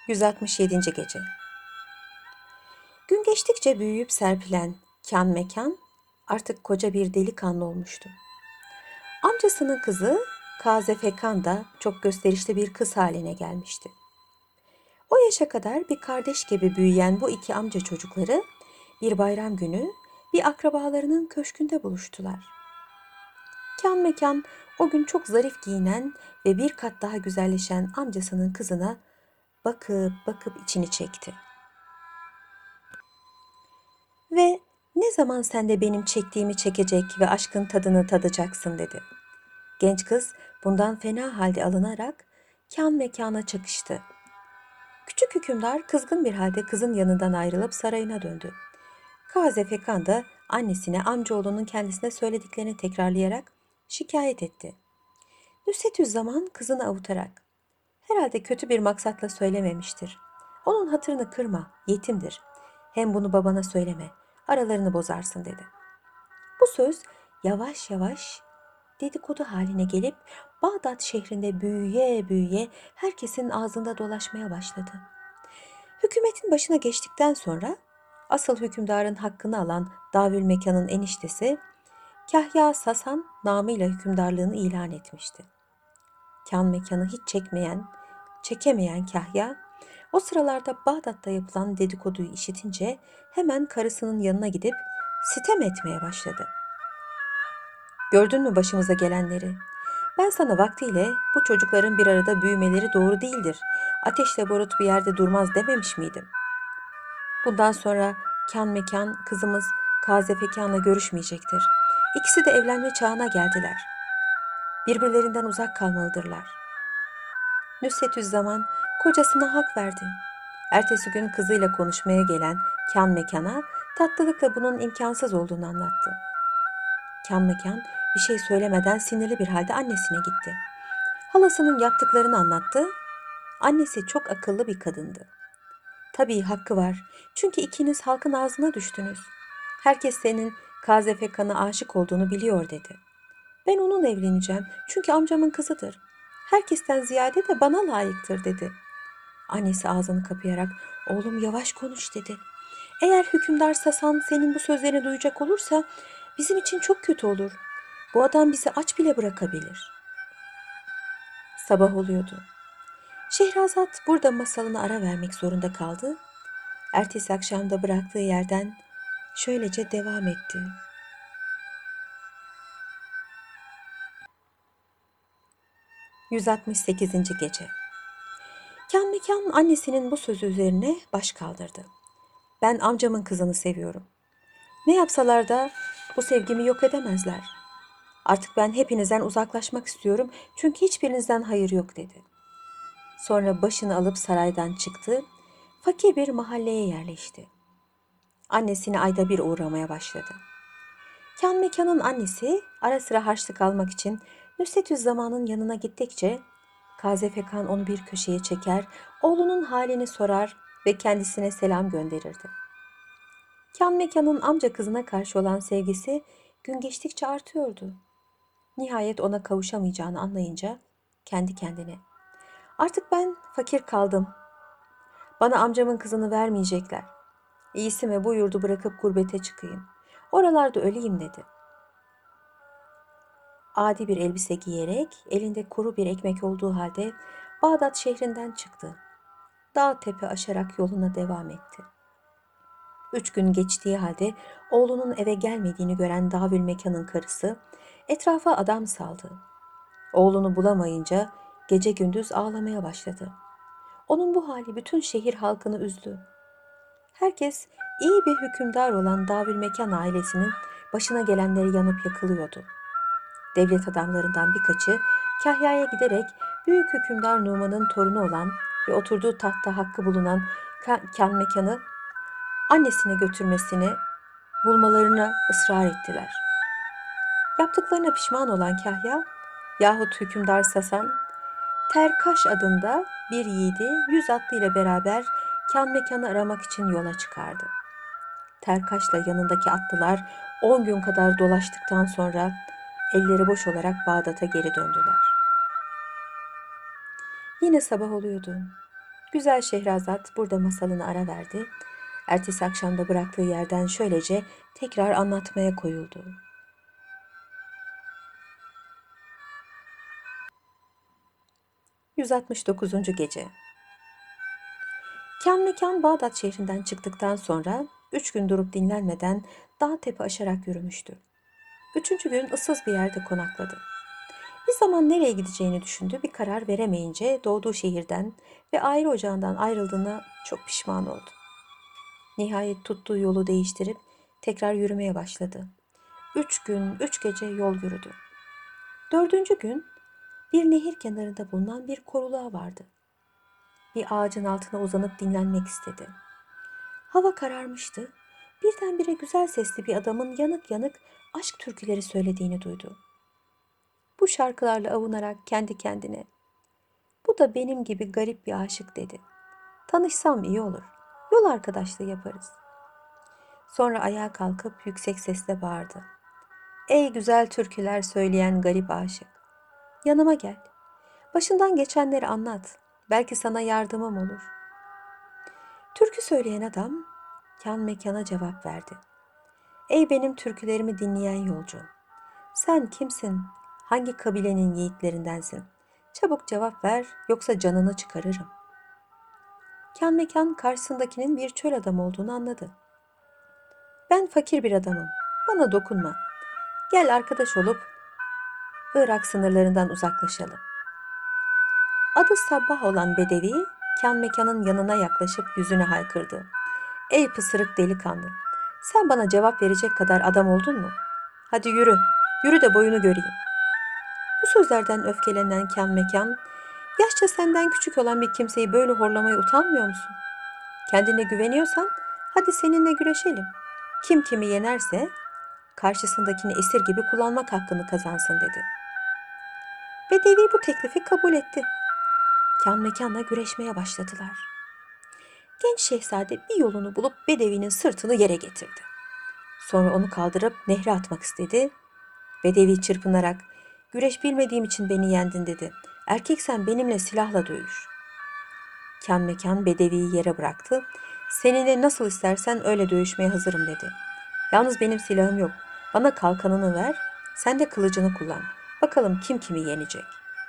167. Gece. Gün geçtikçe büyüyüp serpilen Kan Mekan artık koca bir delikanlı olmuştu. Amcasının kızı Kazefekan da çok gösterişli bir kız haline gelmişti. O yaşa kadar bir kardeş gibi büyüyen bu iki amca çocukları bir bayram günü bir akrabalarının köşkünde buluştular. Kan Mekan o gün çok zarif giyinen ve bir kat daha güzelleşen amcasının kızına bakıp bakıp içini çekti. Ve ne zaman sen de benim çektiğimi çekecek ve aşkın tadını tadacaksın dedi. Genç kız bundan fena halde alınarak kan mekana çakıştı. Küçük hükümdar kızgın bir halde kızın yanından ayrılıp sarayına döndü. Kazefekan da annesine amcaoğlunun kendisine söylediklerini tekrarlayarak şikayet etti. Nusretüzzaman kızını avutarak herhalde kötü bir maksatla söylememiştir. Onun hatırını kırma, yetimdir. Hem bunu babana söyleme, aralarını bozarsın dedi. Bu söz yavaş yavaş dedikodu haline gelip Bağdat şehrinde büyüye büyüye herkesin ağzında dolaşmaya başladı. Hükümetin başına geçtikten sonra asıl hükümdarın hakkını alan Davülmekan'ın eniştesi Kahya Sasan namıyla hükümdarlığını ilan etmişti. Kan mekanı hiç çekemeyen Kahya, o sıralarda Bağdat'ta yapılan dedikoduyu işitince hemen karısının yanına gidip sitem etmeye başladı. Gördün mü başımıza gelenleri? Ben sana vaktiyle bu çocukların bir arada büyümeleri doğru değildir. Ateşle barut bir yerde durmaz dememiş miydim? Bundan sonra kan mekan kızımız Kazefekan'la görüşmeyecektir. İkisi de evlenme çağına geldiler. Birbirlerinden uzak kalmalıdırlar. Nusretüzzaman kocasına hak verdi. Ertesi gün kızıyla konuşmaya gelen kan mekana tatlılıkla bunun imkansız olduğunu anlattı. Kan mekan bir şey söylemeden sinirli bir halde annesine gitti. Halasının yaptıklarını anlattı. Annesi çok akıllı bir kadındı. Tabii hakkı var. Çünkü ikiniz halkın ağzına düştünüz. Herkes senin Kazefekan'a aşık olduğunu biliyor dedi. Ben onunla evleneceğim çünkü amcamın kızıdır. Herkesten ziyade de bana layıktır dedi. Annesi ağzını kapayarak oğlum yavaş konuş dedi. Eğer hükümdar Sasan senin bu sözlerini duyacak olursa bizim için çok kötü olur. Bu adam bizi aç bile bırakabilir. Sabah oluyordu. Şehrazat burada masalına ara vermek zorunda kaldı. Ertesi akşamda bıraktığı yerden şöylece devam etti. 168. Gece. Kan mekan annesinin bu sözü üzerine baş kaldırdı. Ben amcamın kızını seviyorum. Ne yapsalar da bu sevgimi yok edemezler. Artık ben hepinizden uzaklaşmak istiyorum çünkü hiçbirinizden hayır yok dedi. Sonra başını alıp saraydan çıktı, fakir bir mahalleye yerleşti. Annesini ayda bir uğramaya başladı. Kan mekanın annesi ara sıra harçlık almak için Nusretüzzaman'ın yanına gittikçe Kazefekan onu bir köşeye çeker, oğlunun halini sorar ve kendisine selam gönderirdi. Kan mekanın amca kızına karşı olan sevgisi gün geçtikçe artıyordu. Nihayet ona kavuşamayacağını anlayınca kendi kendine artık ben fakir kaldım. Bana amcamın kızını vermeyecekler. İyisi mi bu yurdu bırakıp gurbete çıkayım. Oralarda öleyim dedi. Adi bir elbise giyerek elinde kuru bir ekmek olduğu halde Bağdat şehrinden çıktı. Dağ tepe aşarak yoluna devam etti. 3 gün geçtiği halde oğlunun eve gelmediğini gören Davülmekan'ın karısı etrafa adam saldı. Oğlunu bulamayınca gece gündüz ağlamaya başladı. Onun bu hali bütün şehir halkını üzdü. Herkes iyi bir hükümdar olan Davülmekan ailesinin başına gelenleri yanıp yakılıyordu. Devlet adamlarından birkaçı Kahya'ya giderek büyük hükümdar Numan'ın torunu olan ve oturduğu tahtta hakkı bulunan Kan Mekan'ı annesine götürmesini bulmalarına ısrar ettiler. Yaptıklarına pişman olan Kahya yahut hükümdar Sasan, Terkaş adında bir yiğidi 100 atlıyla beraber Kan Mekan'ı aramak için yola çıkardı. Terkaş'la yanındaki atlılar 10 gün kadar dolaştıktan sonra elleri boş olarak Bağdat'a geri döndüler. Yine sabah oluyordu. Güzel Şehrazat burada masalını ara verdi. Ertesi akşamda bıraktığı yerden şöylece tekrar anlatmaya koyuldu. 169. Gece. Kânmekan Bağdat şehrinden çıktıktan sonra 3 gün durup dinlenmeden dağ tepe aşarak yürümüştü. 3. gün ıssız bir yerde konakladı. Bir zaman nereye gideceğini düşündü, bir karar veremeyince doğduğu şehirden ve aile ocağından ayrıldığına çok pişman oldu. Nihayet tuttuğu yolu değiştirip tekrar yürümeye başladı. 3 gün, 3 gece yol yürüdü. 4. gün bir nehir kenarında bulunan bir koruluğa vardı. Bir ağacın altına uzanıp dinlenmek istedi. Hava kararmıştı. Birdenbire güzel sesli bir adamın yanık yanık aşk türküleri söylediğini duydu. Bu şarkılarla avunarak kendi kendine, "Bu da benim gibi garip bir aşık," dedi. "Tanışsam iyi olur. Yol arkadaşlığı yaparız." Sonra ayağa kalkıp yüksek sesle bağırdı. "Ey güzel türküler söyleyen garip aşık! Yanıma gel. Başından geçenleri anlat. Belki sana yardımım olur." Türkü söyleyen adam Kânmekan'a cevap verdi. "Ey benim türkülerimi dinleyen yolcu! Sen kimsin? Hangi kabilenin yiğitlerindensin? Çabuk cevap ver, yoksa canını çıkarırım." Kânmekan karşısındakinin bir çöl adamı olduğunu anladı. "Ben fakir bir adamım. Bana dokunma. Gel arkadaş olup Irak sınırlarından uzaklaşalım." Adı Sabbah olan Bedevi, Kânmekan'ın yanına yaklaşıp yüzüne haykırdı. "Ey pısırık delikanlı! Sen bana cevap verecek kadar adam oldun mu? Hadi yürü, yürü de boyunu göreyim." Bu sözlerden öfkelenen Kânmekan, "Yaşça senden küçük olan bir kimseyi böyle horlamaya utanmıyor musun? Kendine güveniyorsan hadi seninle güreşelim. Kim kimi yenerse karşısındakini esir gibi kullanmak hakkını kazansın," dedi. Bedevi bu teklifi kabul etti. Kânmekan'la güreşmeye başladılar. Genç şehzade bir yolunu bulup Bedevi'nin sırtını yere getirdi. Sonra onu kaldırıp nehre atmak istedi. Bedevi çırpınarak, "Güreş bilmediğim için beni yendin," dedi. "Erkeksen benimle silahla dövüş." Kânmekan Bedevi'yi yere bıraktı. "Seninle nasıl istersen öyle dövüşmeye hazırım," dedi. "Yalnız benim silahım yok. Bana kalkanını ver, sen de kılıcını kullan. Bakalım kim kimi yenecek."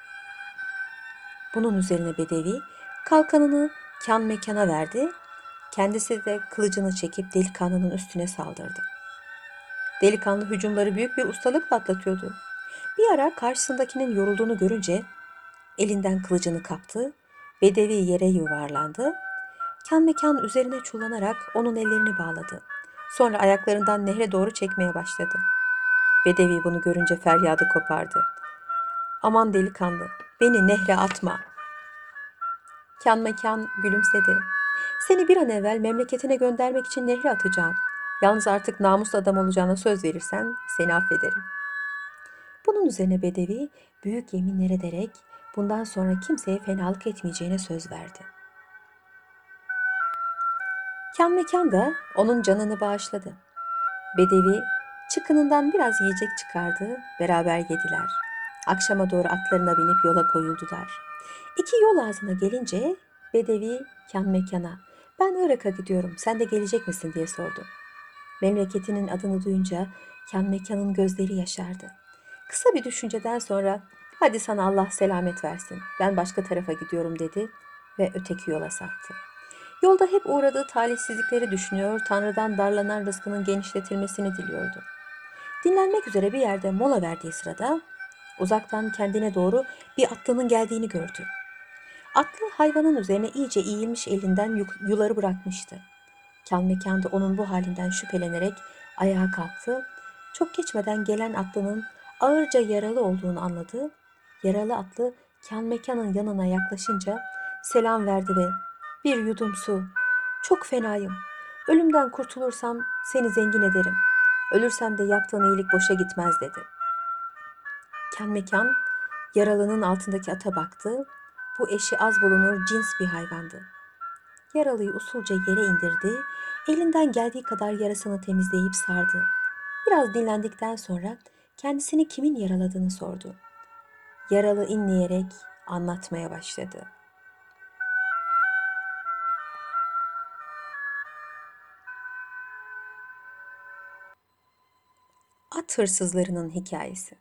Bunun üzerine Bedevi kalkanını Kânmekan'a verdi. Kendisi de kılıcını çekip delikanlının üstüne saldırdı. Delikanlı hücumları büyük bir ustalıkla atlatıyordu. Bir ara karşısındakinin yorulduğunu görünce elinden kılıcını kaptı. Bedevi yere yuvarlandı. Kânmekan üzerine çullanarak onun ellerini bağladı. Sonra ayaklarından nehre doğru çekmeye başladı. Bedevi bunu görünce feryadı kopardı. "Aman delikanlı, beni nehre atma." Kânmekan gülümsedi. "Seni bir an evvel memleketine göndermek için nehre atacağım. Yalnız artık namuslu adam olacağına söz verirsen seni affederim." Bunun üzerine Bedevi büyük yeminler ederek bundan sonra kimseye fenalık etmeyeceğine söz verdi. Kânmekan da onun canını bağışladı. Bedevi çıkınından biraz yiyecek çıkardı, beraber yediler. Akşama doğru atlarına binip yola koyuldular. 2 yol ağzına gelince Bedevi Kânmekan'a, "Ben Irak'a gidiyorum, sen de gelecek misin?" diye sordu. Memleketinin adını duyunca Kânmekan'ın gözleri yaşardı. Kısa bir düşünceden sonra, "Hadi sana Allah selamet versin, ben başka tarafa gidiyorum," dedi ve öteki yola saptı. Yolda hep uğradığı talihsizlikleri düşünüyor, Tanrı'dan darlanan rızkının genişletilmesini diliyordu. Dinlenmek üzere bir yerde mola verdiği sırada uzaktan kendine doğru bir atlının geldiğini gördü. Atlı hayvanın üzerine iyice eğilmiş, elinden yuları bırakmıştı. Kânmekan da onun bu halinden şüphelenerek ayağa kalktı. Çok geçmeden gelen atlının ağırca yaralı olduğunu anladı. Yaralı atlı Kânmekan'ın yanına yaklaşınca selam verdi ve "Bir yudum su. Çok fenayım. Ölümden kurtulursam seni zengin ederim. Ölürsem de yaptığın iyilik boşa gitmez," dedi. Kânmekan yaralının altındaki ata baktı. Bu eşi az bulunur cins bir hayvandı. Yaralıyı usulca yere indirdi. Elinden geldiği kadar yarasını temizleyip sardı. Biraz dinlendikten sonra kendisini kimin yaraladığını sordu. Yaralı inleyerek anlatmaya başladı. At hırsızlarının hikayesi.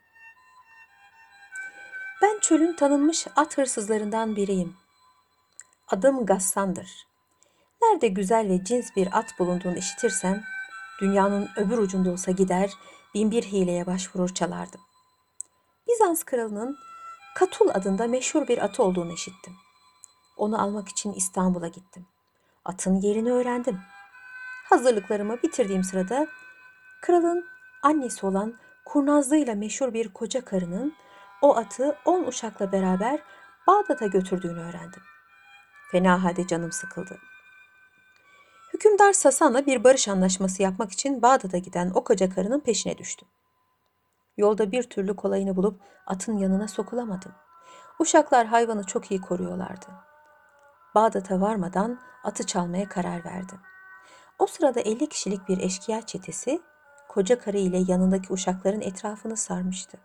Ben çölün tanınmış at hırsızlarından biriyim. Adım Gassan'dır. Nerede güzel ve cins bir at bulunduğunu işitirsem, dünyanın öbür ucunda olsa gider, bin bir hileye başvurur çalardım. Bizans kralının Katul adında meşhur bir atı olduğunu işittim. Onu almak için İstanbul'a gittim. Atın yerini öğrendim. Hazırlıklarımı bitirdiğim sırada kralın annesi olan kurnazlığıyla meşhur bir koca karının o atı 10 uşakla beraber Bağdat'a götürdüğünü öğrendim. Fena halde canım sıkıldı. Hükümdar Sasan'la bir barış anlaşması yapmak için Bağdat'a giden o koca karının peşine düştüm. Yolda bir türlü kolayını bulup atın yanına sokulamadım. Uşaklar hayvanı çok iyi koruyorlardı. Bağdat'a varmadan atı çalmaya karar verdim. O sırada 50 kişilik bir eşkıya çetesi koca karı ile yanındaki uşakların etrafını sarmıştı.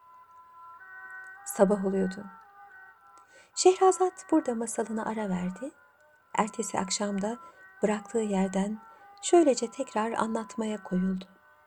Sabah oluyordu. Şehrazat burada masalına ara verdi. Ertesi akşamda bıraktığı yerden şöylece tekrar anlatmaya koyuldu.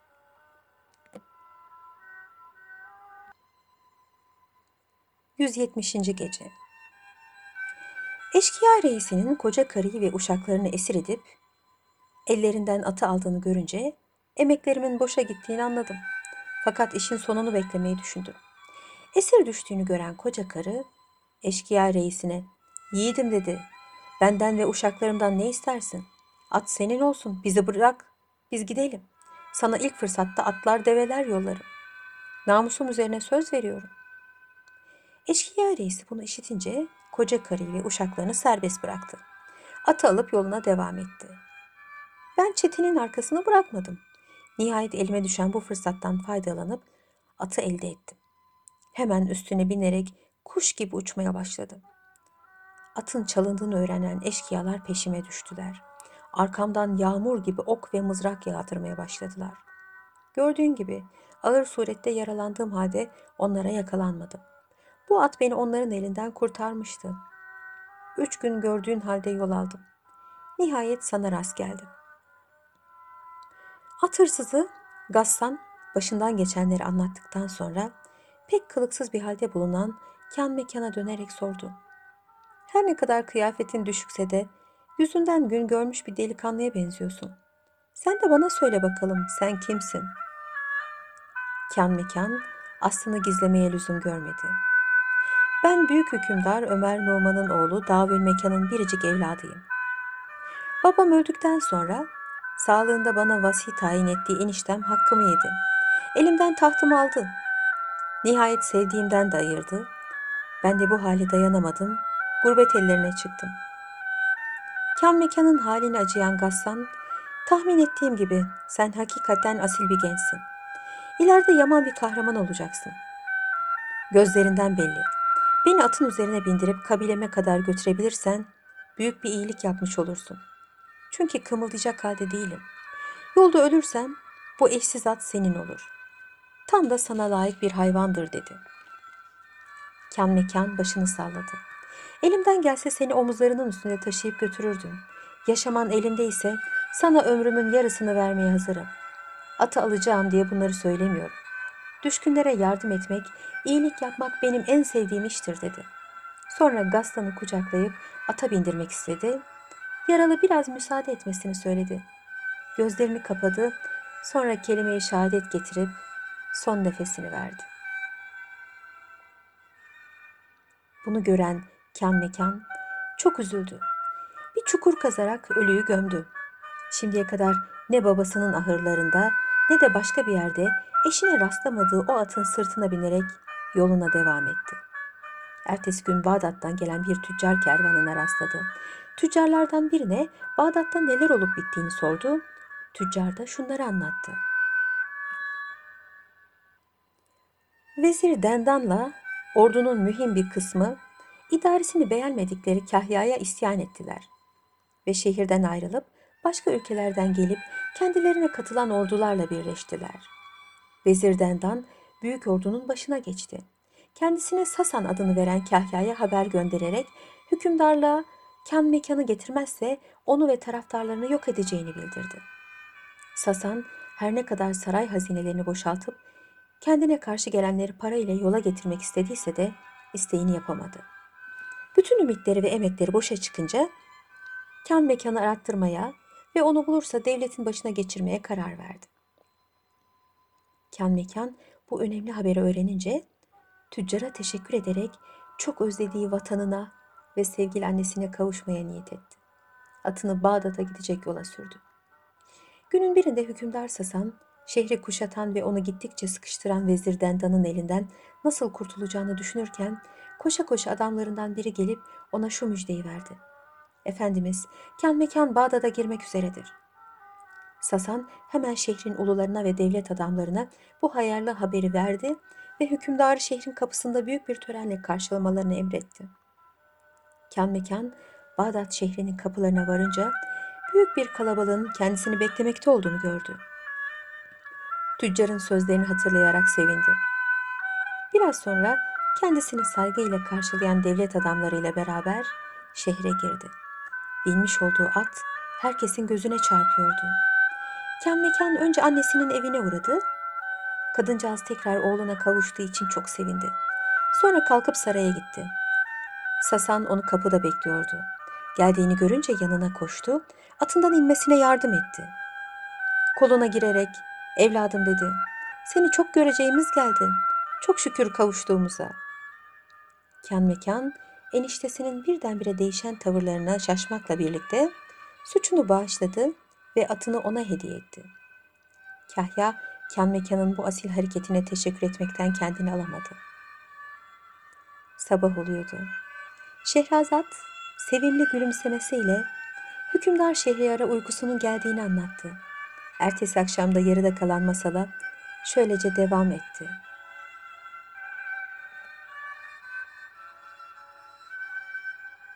170. Gece. Eşkıya reisinin koca karıyı ve uşaklarını esir edip ellerinden atı aldığını görünce emeklerimin boşa gittiğini anladım. Fakat işin sonunu beklemeyi düşündüm. Esir düştüğünü gören koca karı eşkıya reisine "Yiğidim," dedi. "Benden ve uşaklarımdan ne istersin? At senin olsun, bizi bırak, biz gidelim. Sana ilk fırsatta atlar develer yollarım. Namusum üzerine söz veriyorum." Eşkıya reisi bunu işitince koca karıyı ve uşaklarını serbest bıraktı. Atı alıp yoluna devam etti. Ben çetenin arkasını bırakmadım. Nihayet elime düşen bu fırsattan faydalanıp atı elde ettim. Hemen üstüne binerek kuş gibi uçmaya başladım. Atın çalındığını öğrenen eşkıyalar peşime düştüler. Arkamdan yağmur gibi ok ve mızrak yağdırmaya başladılar. Gördüğün gibi ağır surette yaralandığım halde onlara yakalanmadım. Bu at beni onların elinden kurtarmıştı. 3 gün gördüğün halde yol aldım. Nihayet sana rast geldim. At hırsızı Gassan başından geçenleri anlattıktan sonra pek kılıksız bir halde bulunan kan mekana dönerek sordu. "Her ne kadar kıyafetin düşükse de yüzünden gün görmüş bir delikanlıya benziyorsun. Sen de bana söyle bakalım, sen kimsin?" Kan mekan aslını gizlemeye lüzum görmedi. "Ben büyük hükümdar Ömer Numan'ın oğlu Davülmekan'ın biricik evladıyım. Babam öldükten sonra sağlığında bana vasi tayin ettiği eniştem hakkımı yedi. Elimden tahtımı aldı. Nihayet sevdiğimden de ayırdı. Ben de bu hale dayanamadım. Gurbet ellerine çıktım." Kan mekanın halini acıyan Gassan, "Tahmin ettiğim gibi sen hakikaten asil bir gençsin. İleride yaman bir kahraman olacaksın. Gözlerinden belli. Beni atın üzerine bindirip kabileme kadar götürebilirsen büyük bir iyilik yapmış olursun. Çünkü kımıldayacak halde değilim. Yolda ölürsem bu eşsiz at senin olur. Tam da sana layık bir hayvandır," dedi. Kan mekan başını salladı. "Elimden gelse seni omuzlarının üstünde taşıyıp götürürdüm. Yaşaman elimdeyse sana ömrümün yarısını vermeye hazırım. Atı alacağım diye bunları söylemiyorum. Düşkünlere yardım etmek, iyilik yapmak benim en sevdiğim iştir," dedi. Sonra Gaston'u kucaklayıp ata bindirmek istedi. Yaralı biraz müsaade etmesini söyledi. Gözlerini kapadı, sonra kelime-i şehadet getirip son nefesini verdi. Bunu gören kan mekan çok üzüldü. Bir çukur kazarak ölüyü gömdü. Şimdiye kadar ne babasının ahırlarında ne de başka bir yerde eşine rastlamadığı o atın sırtına binerek yoluna devam etti. Ertesi gün Bağdat'tan gelen bir tüccar kervanına rastladı. Tüccarlardan birine Bağdat'ta neler olup bittiğini sordu. Tüccar da şunları anlattı. Vezir Dendan'la ordunun mühim bir kısmı idaresini beğenmedikleri Kahya'ya isyan ettiler ve şehirden ayrılıp başka ülkelerden gelip kendilerine katılan ordularla birleştiler. Vezir Dendan büyük ordunun başına geçti. Kendisine Sasan adını veren Kahya'ya haber göndererek hükümdarlığa kan mekanı getirmezse onu ve taraftarlarını yok edeceğini bildirdi. Sasan her ne kadar saray hazinelerini boşaltıp kendine karşı gelenleri para ile yola getirmek istediyse de isteğini yapamadı. Bütün ümitleri ve emekleri boşa çıkınca kan mekanı arattırmaya ve onu bulursa devletin başına geçirmeye karar verdi. Kan mekan bu önemli haberi öğrenince tüccara teşekkür ederek çok özlediği vatanına ve sevgili annesine kavuşmaya niyet etti. Atını Bağdat'a gidecek yola sürdü. Günün birinde hükümdar Sasan, şehri kuşatan ve onu gittikçe sıkıştıran Vezir Dendan'ın elinden nasıl kurtulacağını düşünürken, koşa koşa adamlarından biri gelip ona şu müjdeyi verdi. Efendimiz, kan mekan Bağdat'a girmek üzeredir. Sasan hemen şehrin ulularına ve devlet adamlarına bu hayırlı haberi verdi ve hükümdarı şehrin kapısında büyük bir törenle karşılamalarını emretti. Kan mekan Bağdat şehrinin kapılarına varınca büyük bir kalabalığın kendisini beklemekte olduğunu gördü. Tüccarın sözlerini hatırlayarak sevindi. Biraz sonra kendisini saygıyla karşılayan devlet adamlarıyla beraber şehre girdi. Binmiş olduğu at herkesin gözüne çarpıyordu. Mekan önce annesinin evine uğradı. Kadıncağız tekrar oğluna kavuştuğu için çok sevindi. Sonra kalkıp saraya gitti. Sasan onu kapıda bekliyordu. Geldiğini görünce yanına koştu, atından inmesine yardım etti. Koluna girerek, "Evladım," dedi, "seni çok göreceğimiz geldi. Çok şükür kavuştuğumuza." Mekan, eniştesinin birdenbire değişen tavırlarına şaşmakla birlikte suçunu bağışladı ve atını ona hediye etti. Kahya, Mekan'ın bu asil hareketine teşekkür etmekten kendini alamadı. Sabah oluyordu. Şehrazat, sevimli gülümsemesiyle hükümdar Şehriyar'a uykusunun geldiğini anlattı. Ertesi akşamda yarıda kalan masala şöylece devam etti.